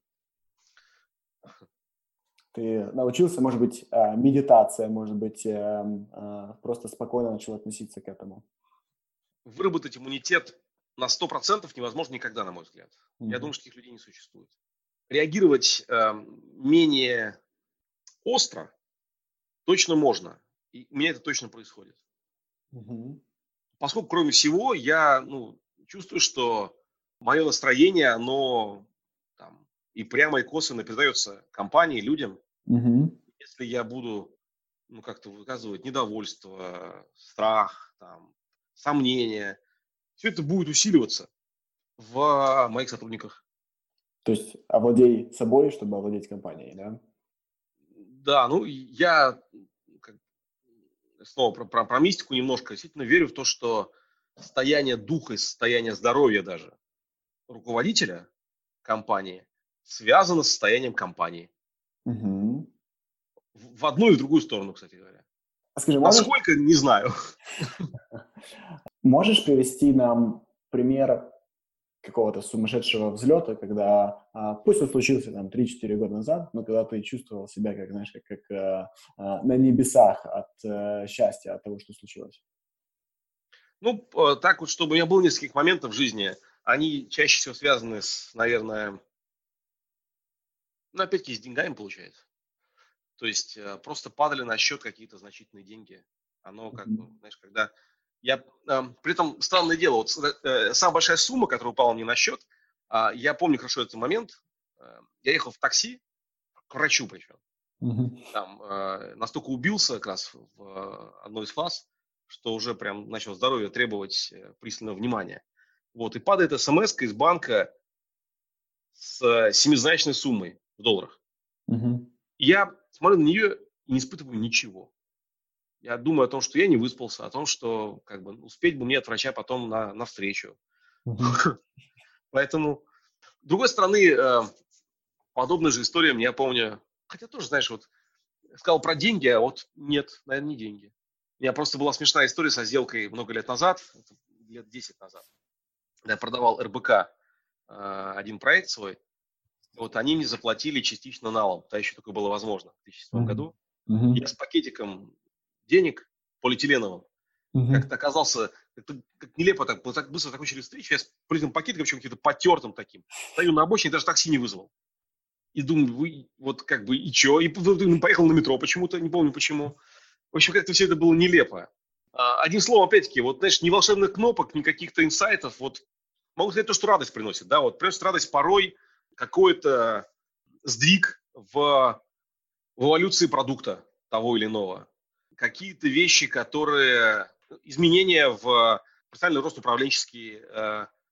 Speaker 2: Ты научился, может быть, медитация, может быть, просто спокойно начал относиться к этому?
Speaker 3: Выработать иммунитет на 100% невозможно никогда, на мой взгляд. Я думаю, что таких людей не существует. Реагировать менее остро точно можно. И у меня это точно происходит. Поскольку, кроме всего, я чувствую, что мое настроение, оно там, и прямо, и косвенно передается компании, людям. Если я буду как-то выказывать недовольство, страх, там, сомнения, все это будет усиливаться в моих сотрудниках.
Speaker 2: То есть овладей собой, чтобы овладеть компанией, да?
Speaker 3: Да, я снова про мистику немножко. Действительно верю в то, что состояние духа и состояние здоровья даже руководителя компании связано с состоянием компании. В одну и в другую сторону, кстати говоря.
Speaker 2: Скажи,
Speaker 3: насколько, не знаю.
Speaker 2: Можешь привести нам пример какого-то сумасшедшего взлета, когда, пусть он случился там 3-4 года назад, но когда ты чувствовал себя, как, знаешь, как на небесах от счастья, от того, что случилось?
Speaker 3: Так вот, чтобы у меня было несколько моментов в жизни, они чаще всего связаны с, наверное, опять-таки с деньгами, получается. То есть просто падали на счет какие-то значительные деньги. Оно как бы, знаешь, когда я... при этом странное дело, вот самая большая сумма, которая упала мне на счет, я помню хорошо этот момент. Я ехал в такси, к врачу причем. Там настолько убился как раз в одной из фаз, что уже прям начал здоровье требовать пристального внимания. Вот, и падает смс-ка из банка с семизначной суммой в долларах. Я смотрю на нее и не испытываю ничего. Я думаю о том, что я не выспался, о том, что как бы успеть бы мне от врача потом на встречу. Поэтому, с другой стороны, подобная же история, я помню, хотя тоже, знаешь, вот сказал про деньги, а вот нет, наверное, не деньги. У меня просто была смешная история со сделкой много лет назад, лет 10 назад. Я продавал РБК один проект свой. Вот они мне заплатили частично налом. Тогда еще такое было возможно в 2007 году. Я с пакетиком денег полиэтиленовым как-то оказался, как нелепо, так быстро закончили встречу. Я с этим пакетиком, причем каким-то потертым таким, стою на обочине, даже такси не вызвал. И думаю, вот как бы, и что? И поехал на метро почему-то, не помню почему. В общем, как-то все это было нелепо. Одним словом, опять-таки, вот, знаешь, ни волшебных кнопок, ни каких-то инсайтов. Вот могу сказать то, что радость приносит. Да, вот приносит радость порой какой-то сдвиг в эволюции продукта того или иного. Какие-то вещи, которые... Изменения в профессиональный рост управленческий,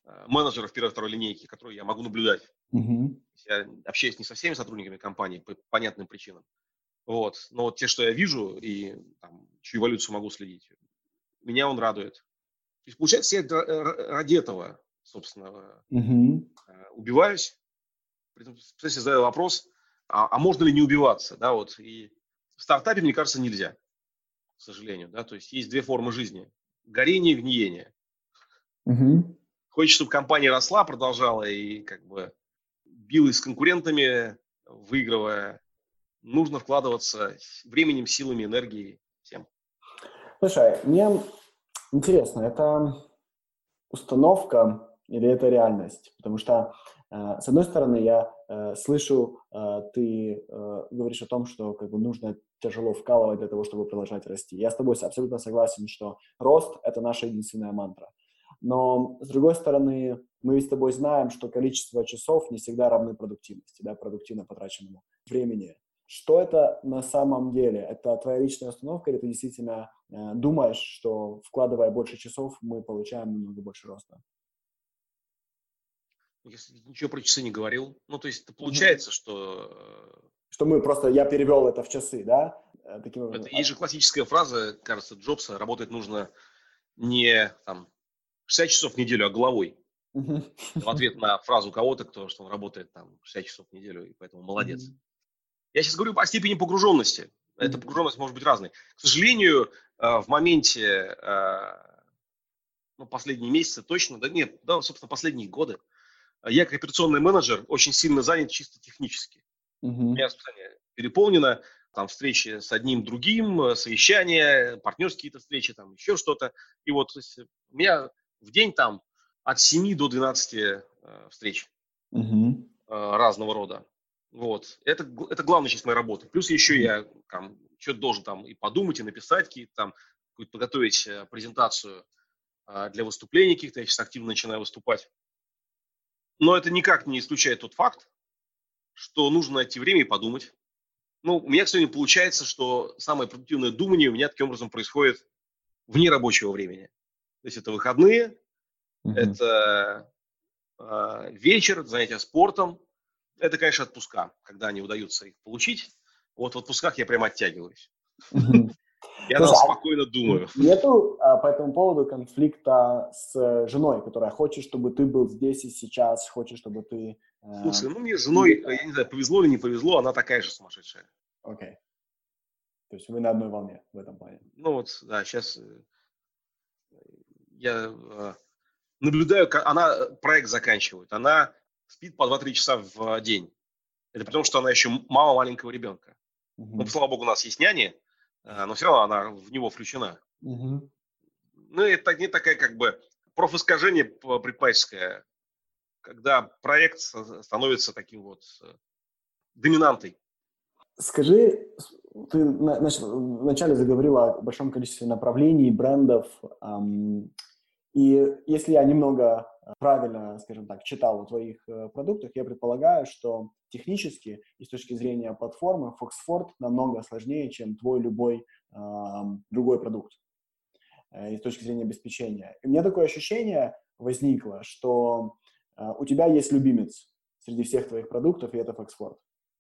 Speaker 3: менеджеров первой и второй линейки, которые я могу наблюдать.
Speaker 2: Мгм.
Speaker 3: Я общаюсь не со всеми сотрудниками компании по понятным причинам. Вот. Но вот те, что я вижу, и там, чью эволюцию могу следить, меня он радует. То есть, получается, я ради этого, собственно,
Speaker 2: Мгм.
Speaker 3: убиваюсь. При этом, кстати, задаю вопрос, а можно ли не убиваться? Да, вот. И в стартапе, мне кажется, нельзя, к сожалению. Да? То есть есть две формы жизни. Горение и гниение.
Speaker 2: Мгм.
Speaker 3: Хочешь, чтобы компания росла, продолжала и как бы билась с конкурентами, выигрывая. Нужно вкладываться временем, силами, энергией, всем.
Speaker 2: Слушай, мне интересно, это установка или это реальность? Потому что, с одной стороны, я слышу, ты говоришь о том, что как бы нужно тяжело вкалывать для того, чтобы продолжать расти. Я с тобой абсолютно согласен, что рост – это наша единственная мантра. Но, с другой стороны, мы с тобой знаем, что количество часов не всегда равны продуктивности, да, продуктивно потраченному времени. Что это на самом деле? Это твоя личная установка или ты действительно думаешь, что вкладывая больше часов, мы получаем немного больше роста?
Speaker 3: Если ничего про часы не говорил, ну, то есть
Speaker 2: Мгм.
Speaker 3: получается, что
Speaker 2: Что мы просто, я перевел это в часы, да? Таким
Speaker 3: это
Speaker 2: образом.
Speaker 3: есть же классическая фраза, кажется, Джобса: работать нужно не там 60 часов в неделю, а головой.
Speaker 2: Мгм.
Speaker 3: В ответ на фразу кого-то, что он работает там 60 часов в неделю, и поэтому молодец.
Speaker 2: Мгм.
Speaker 3: Я сейчас говорю о степени погруженности. Эта
Speaker 2: Мгм.
Speaker 3: погруженность может быть разной. К сожалению, в моменте, ну, последние месяцы точно, да нет, да, собственно, последние годы, я как операционный менеджер очень сильно занят чисто технически. У меня
Speaker 2: Мгм.
Speaker 3: расписание переполнено, там встречи с одним, другим, совещания, партнерские какие-то встречи, там еще что-то. И вот то есть, у меня в день там от 7 до 12 встреч
Speaker 2: Мгм.
Speaker 3: разного рода. Вот. Это главная часть моей работы. Плюс еще
Speaker 2: Мгм.
Speaker 3: я там что-то должен там и подумать, и написать какие-то там, какую-то подготовить презентацию для выступлений каких-то. Я сейчас активно начинаю выступать. Но это никак не исключает тот факт, что нужно найти время и подумать. Ну, у меня, к сожалению, получается, что самое продуктивное думание у меня таким образом происходит вне рабочего времени. То есть это выходные,
Speaker 2: Мгм.
Speaker 3: это вечер, занятия спортом. Это, конечно, отпуска, когда они удается их получить. Вот в отпусках я прямо оттягиваюсь.
Speaker 2: Мгм.
Speaker 3: Я там
Speaker 2: Слушай,
Speaker 3: спокойно думаю.
Speaker 2: нету по этому поводу конфликта с женой, которая хочет, чтобы ты был здесь и сейчас, хочет, чтобы ты...
Speaker 3: Слушай, ну мне с женой,
Speaker 2: двигался?
Speaker 3: я не знаю, повезло или не повезло, она такая же сумасшедшая.
Speaker 2: Окей. То есть вы на одной волне в этом плане.
Speaker 3: Ну вот, да, сейчас я наблюдаю, как она проект заканчивает. Она спит по 2-3 часа в день. Это при том, что она еще мама маленького ребенка. Ну,
Speaker 2: Мгм.
Speaker 3: слава богу, у нас есть няни, но все равно она в него включена.
Speaker 2: Мгм.
Speaker 3: Ну, это не такая как бы профискажение предпринимательское, когда проект становится таким вот доминантой.
Speaker 2: Скажи, ты вначале заговорил о большом количестве направлений, брендов, и если я немного правильно, скажем так, читал о твоих продуктах, я предполагаю, что технически и с точки зрения платформы Foxford намного сложнее, чем твой любой другой продукт и с точки зрения обеспечения. И у меня такое ощущение возникло, что у тебя есть любимец среди всех твоих продуктов, и это Foxford.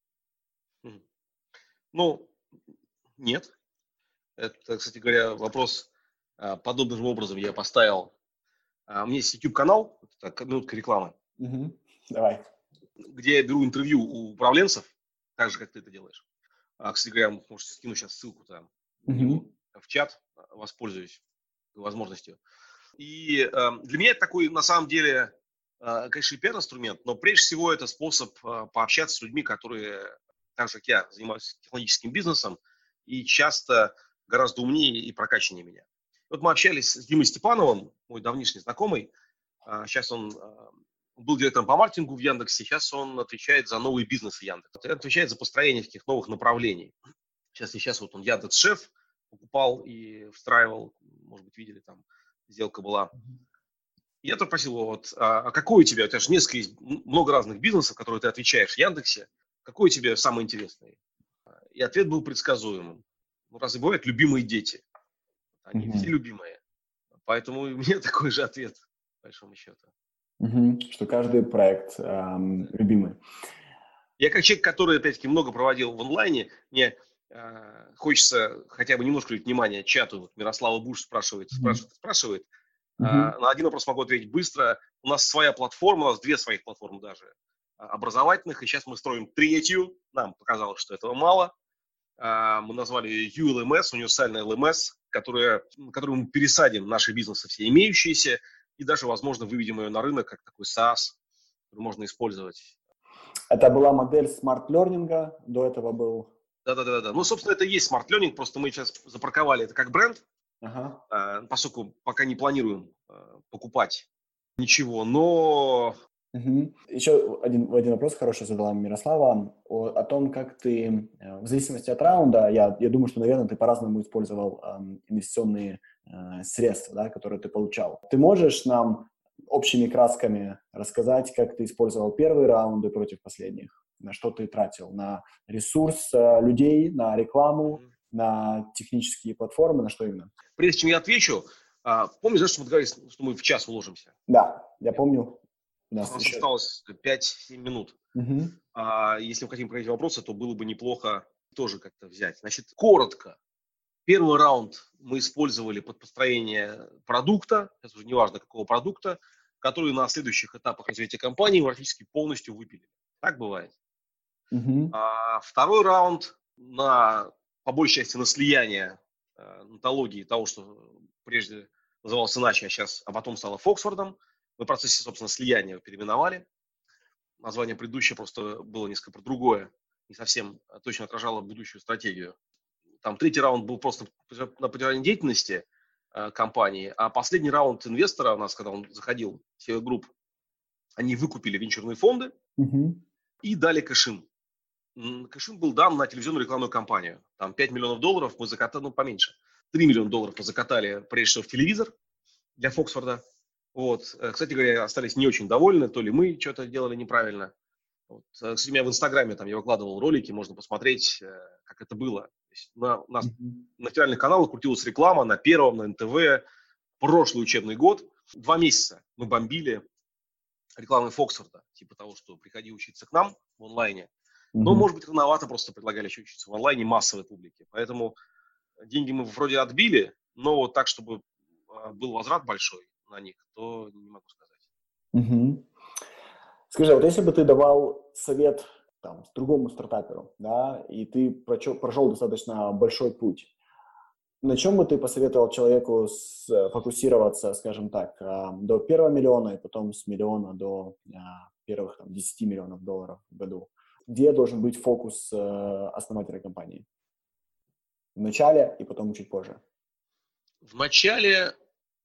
Speaker 3: Ну, нет. Это, кстати говоря, вопрос подобным же образом я поставил. У меня есть YouTube-канал, минутка рекламы,
Speaker 2: Мгм. Давай.
Speaker 3: где я беру интервью у управленцев, так же, как ты это делаешь. Кстати говоря, может, скину сейчас ссылку там на
Speaker 2: Мгм.
Speaker 3: него в чат, воспользуюсь возможностью. И для меня это такой, на самом деле, конечно, и пиар-инструмент, но прежде всего это способ пообщаться с людьми, которые, так же, как я, занимаются технологическим бизнесом и часто гораздо умнее и прокачаннее меня. Вот мы общались с Димой Степановым, мой давнишний знакомый. Сейчас он был директором по маркетингу в Яндексе, сейчас он отвечает за новый бизнес в Яндексе. Он отвечает за построение таких новых направлений. Сейчас вот он Яндекс.Шеф покупал и встраивал, может быть, видели, там сделка была. Я тоже просил его, вот, а какой у тебя же несколько есть, много разных бизнесов, которые ты отвечаешь в Яндексе, какой тебе самый интересный? И ответ был предсказуемым. Ну, разве бывают любимые дети? Они все
Speaker 2: Мгм.
Speaker 3: любимые. Поэтому у меня такой же ответ, по большому счету.
Speaker 2: Что каждый проект любимый.
Speaker 3: Я как человек, который, опять-таки, много проводил в онлайне, мне хочется хотя бы немножко уделить внимание чату. Вот Мирослава Буш спрашивает. На один вопрос могу ответить быстро. У нас своя платформа, у нас 2 своих платформы даже образовательных, и сейчас мы строим 3-ю. Нам показалось, что этого мало. Мы назвали ее ULMS, универсальная LMS, которую мы пересадим наши бизнесы все имеющиеся, и даже, возможно, выведем ее на рынок как такой SaaS, который можно использовать.
Speaker 2: Это была модель смарт-лернинга, до этого был...
Speaker 3: Да. Ну, собственно, это и есть Smart Learning, просто мы сейчас запарковали это как бренд, поскольку пока не планируем покупать ничего, но...
Speaker 2: Еще один вопрос хороший задала Мирослава о том, как ты, в зависимости от раунда, я думаю, что, наверное, ты по-разному использовал инвестиционные средства, да, которые ты получал. Ты можешь нам общими красками рассказать, как ты использовал первые раунды против последних? На что ты тратил? На ресурс людей, на рекламу, на технические платформы, на что именно?
Speaker 3: Прежде чем я отвечу, помнишь, что мы договорились, что мы в час уложимся?
Speaker 2: Да, я помню.
Speaker 3: У нас осталось 5-7 минут. Если мы хотим проводить вопросы, то было бы неплохо тоже как-то взять. Значит, коротко. Первый раунд мы использовали под построение продукта, сейчас уже не важно какого продукта, который на следующих этапах развития компании практически полностью выпилили. Так бывает. Второй раунд по большей части на слияние онтологии того, что прежде называлось иначе, а потом стало Фоксфордом. Мы в процессе, собственно, слияния переименовали. Название предыдущее просто было несколько другое, не совсем точно отражало будущую стратегию. Там 3-й раунд был просто на поддержание деятельности компании, а последний раунд инвестора у нас, когда он заходил, SEO Group, они выкупили венчурные фонды и дали кэш-ин. Кэш-ин был дан на телевизионную рекламную кампанию. Там $5 миллионов мы закатали, поменьше. $3 миллиона мы закатали, прежде всего, в телевизор для Фоксфорда. Вот. Кстати говоря, остались не очень довольны, то ли мы что-то делали неправильно. Вот. Кстати, у меня в Инстаграме я выкладывал ролики, можно посмотреть, как это было. У нас на федеральных каналах крутилась реклама на Первом, на НТВ. Прошлый учебный год, 2 месяца мы бомбили рекламой Фоксфорда, типа того, что приходи учиться к нам в онлайне. Но, может быть, рановато просто предлагали еще учиться в онлайне массовой публике. Поэтому деньги мы вроде отбили, но вот так, чтобы был возврат большой на них, то не могу сказать.
Speaker 2: Скажи, вот если бы ты давал совет другому стартаперу, да, и ты прошел достаточно большой путь, на чем бы ты посоветовал человеку фокусироваться, скажем так, до $1 миллиона и потом с миллиона до первых $10 миллионов в году? Где должен быть фокус основателя компании? В начале и потом чуть позже.
Speaker 3: В начале,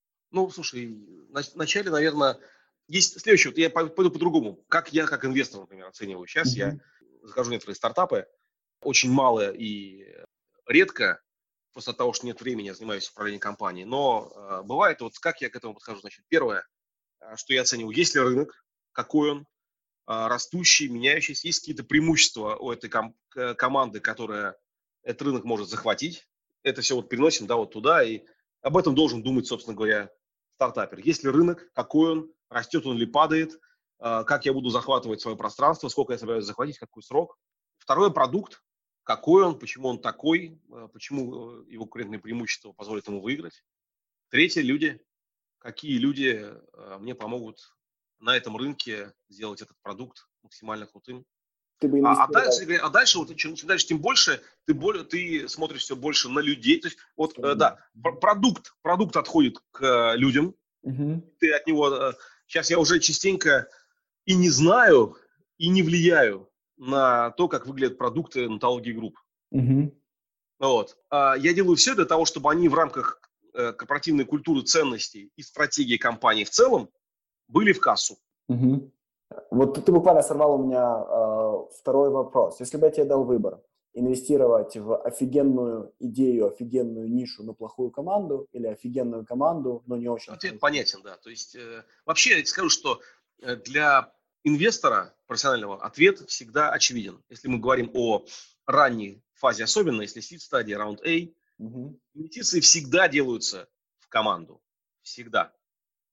Speaker 3: наверное, есть следующее. Вот я пойду по-другому. Как я, как инвестор, например, оцениваю. Сейчас я захожу в некоторые стартапы, очень мало и редко, просто от того, что нет времени, я занимаюсь управлением компанией. Но бывает, вот как я к этому подхожу. Значит, первое, что я оцениваю, есть ли рынок, какой он, растущий, меняющийся, есть какие-то преимущества у этой команды, которая этот рынок может захватить. Это все переносим туда, и об этом должен думать, собственно говоря, стартапер. Есть ли рынок, какой он, растет он или падает, как я буду захватывать свое пространство, сколько я собираюсь захватить, какой срок. Второй продукт, какой он, почему он такой, почему его конкурентные преимущества позволят ему выиграть. Третье, люди. Какие люди мне помогут на этом рынке сделать этот продукт максимально крутым. Дальше, чем дальше, тем больше ты смотришь все больше на людей. То есть, продукт отходит к людям. Ты от него... Сейчас я уже частенько и не знаю, и не влияю на то, как выглядят продукты онтологии групп. Вот. Я делаю все для того, чтобы они в рамках корпоративной культуры ценностей и стратегии компании в целом были в кассу.
Speaker 2: Вот ты буквально сорвал у меня второй вопрос. Если бы я тебе дал выбор, инвестировать в офигенную идею, офигенную нишу, но плохую команду, или офигенную команду, но не очень...
Speaker 3: Ответ понятен, да. То есть, вообще, я скажу, что для инвестора профессионального ответ всегда очевиден. Если мы говорим о ранней фазе, особенно если сид-стадия, раунд A, инвестиции всегда делаются в команду. Всегда.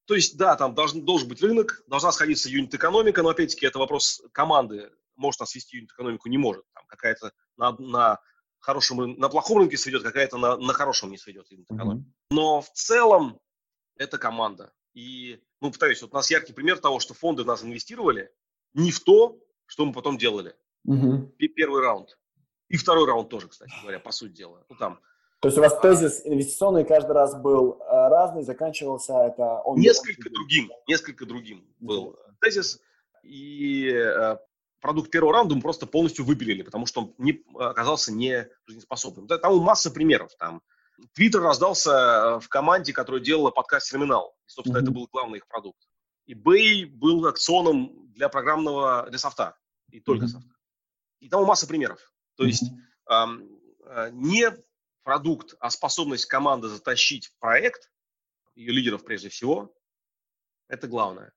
Speaker 3: То есть, да, там должен быть рынок, должна сходиться юнит-экономика, но, опять-таки, это вопрос команды. Может нас свести юнит-экономику, не может. Там какая-то на плохом рынке сведет, какая-то на хорошем не сведет юнит-экономика. Но в целом это команда. И, повторюсь, вот у нас яркий пример того, что фонды в нас инвестировали не в то, что мы потом делали. Первый раунд. И второй раунд тоже, кстати говоря, по сути дела.
Speaker 2: То есть у вас тезис инвестиционный каждый раз был разный, заканчивался это...
Speaker 3: Несколько другим был тезис. И продукт первого раунда мы просто полностью выпилили, потому что он оказался не жизнеспособным. Там масса примеров. Там Twitter раздался в команде, которая делала подкаст-терминал. И, собственно, это был главный их продукт. eBay был акционом для софта. И только софта. И там масса примеров. То есть не продукт, а способность команды затащить проект, ее лидеров прежде всего, это главное.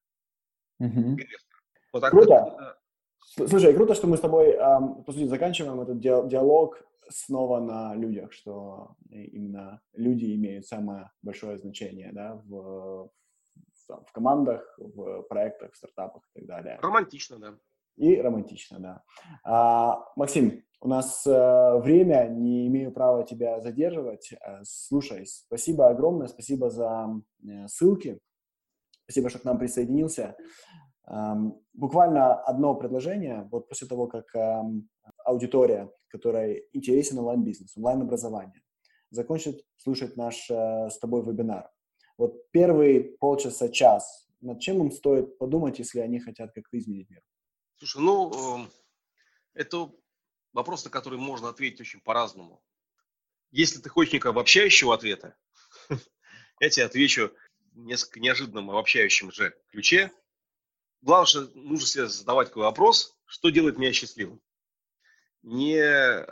Speaker 2: Вот так круто. Слушай, круто, что мы с тобой, по сути, заканчиваем этот диалог снова на людях, что именно люди имеют самое большое значение, да, в командах, в проектах, в стартапах и так далее.
Speaker 3: Романтично, да.
Speaker 2: И романтично, да. Максим, у нас время, не имею права тебя задерживать. Слушай, спасибо огромное, спасибо за ссылки, спасибо, что к нам присоединился. Буквально одно предложение, вот после того, как аудитория, которая интересен онлайн-бизнес, онлайн-образование, закончит слушать наш с тобой вебинар. Вот первые полчаса, час, над чем им стоит подумать, если они хотят как-то изменить мир?
Speaker 3: Слушай, это вопрос, на который можно ответить очень по-разному. Если ты хочешь некого обобщающего ответа, я тебе отвечу в несколько неожиданном обобщающем же ключе. Главное, что нужно себе задавать такой вопрос, что делает меня счастливым. Не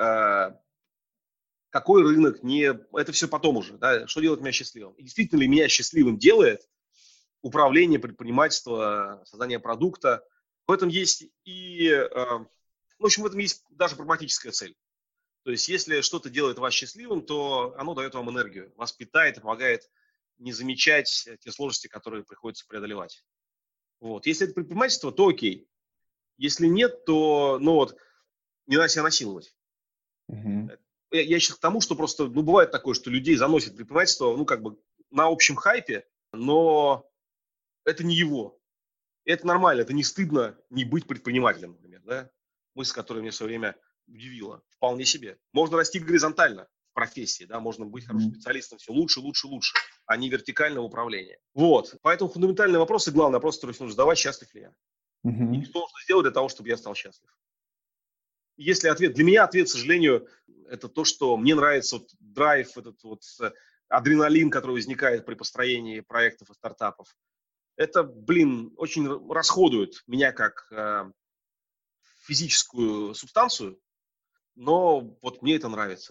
Speaker 3: какой рынок, это все потом уже, да, что делает меня счастливым. И действительно ли меня счастливым делает управление, предпринимательство, создание продукта. В этом есть в этом есть даже прагматическая цель. То есть, если что-то делает вас счастливым, то оно дает вам энергию, вас питает и помогает не замечать те сложности, которые приходится преодолевать. Вот. Если это предпринимательство, то окей. Если нет, то, не надо себя насиловать. Я сейчас к тому, что просто, бывает такое, что людей заносит предпринимательство, на общем хайпе, но это не его. И это нормально, это не стыдно не быть предпринимателем, например, да? Мысль, которая меня все время удивила. Вполне себе. Можно расти горизонтально в профессии, да, можно быть хорошим специалистом, все лучше, а не вертикально в управлении. Вот. Поэтому фундаментальный вопрос и главный вопрос, который нужно задавать, счастлив ли я? И что нужно сделать для того, чтобы я стал счастлив? Если для меня ответ, к сожалению, это то, что мне нравится драйв, этот адреналин, который возникает при построении проектов и стартапов. Это, очень расходует меня как физическую субстанцию, но мне это нравится,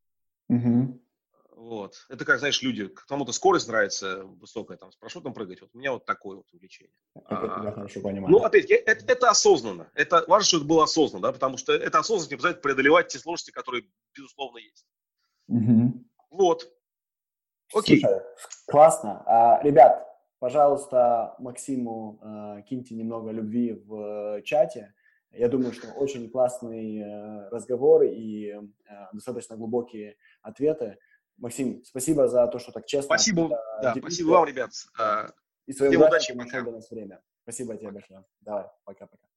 Speaker 3: Вот. Это как, знаешь, люди, кому-то скорость нравится высокая, с парашютом прыгать. У меня такое увлечение.
Speaker 2: Я хорошо понимаю.
Speaker 3: Опять-таки, это осознанно. Это важно, что это было осознанно, да, потому что это осознанно не обязательно преодолевать те сложности, которые, безусловно, есть. Вот. Окей.
Speaker 2: Слушай, классно. Ребят, пожалуйста, Максиму киньте немного любви в чате. Я думаю, что очень классный разговор и достаточно глубокие ответы. Максим, спасибо за то, что так честно.
Speaker 3: Спасибо, спасибо вам, ребят.
Speaker 2: И своим удачи нашел для нас время. Спасибо тебе большое. Давай, пока-пока.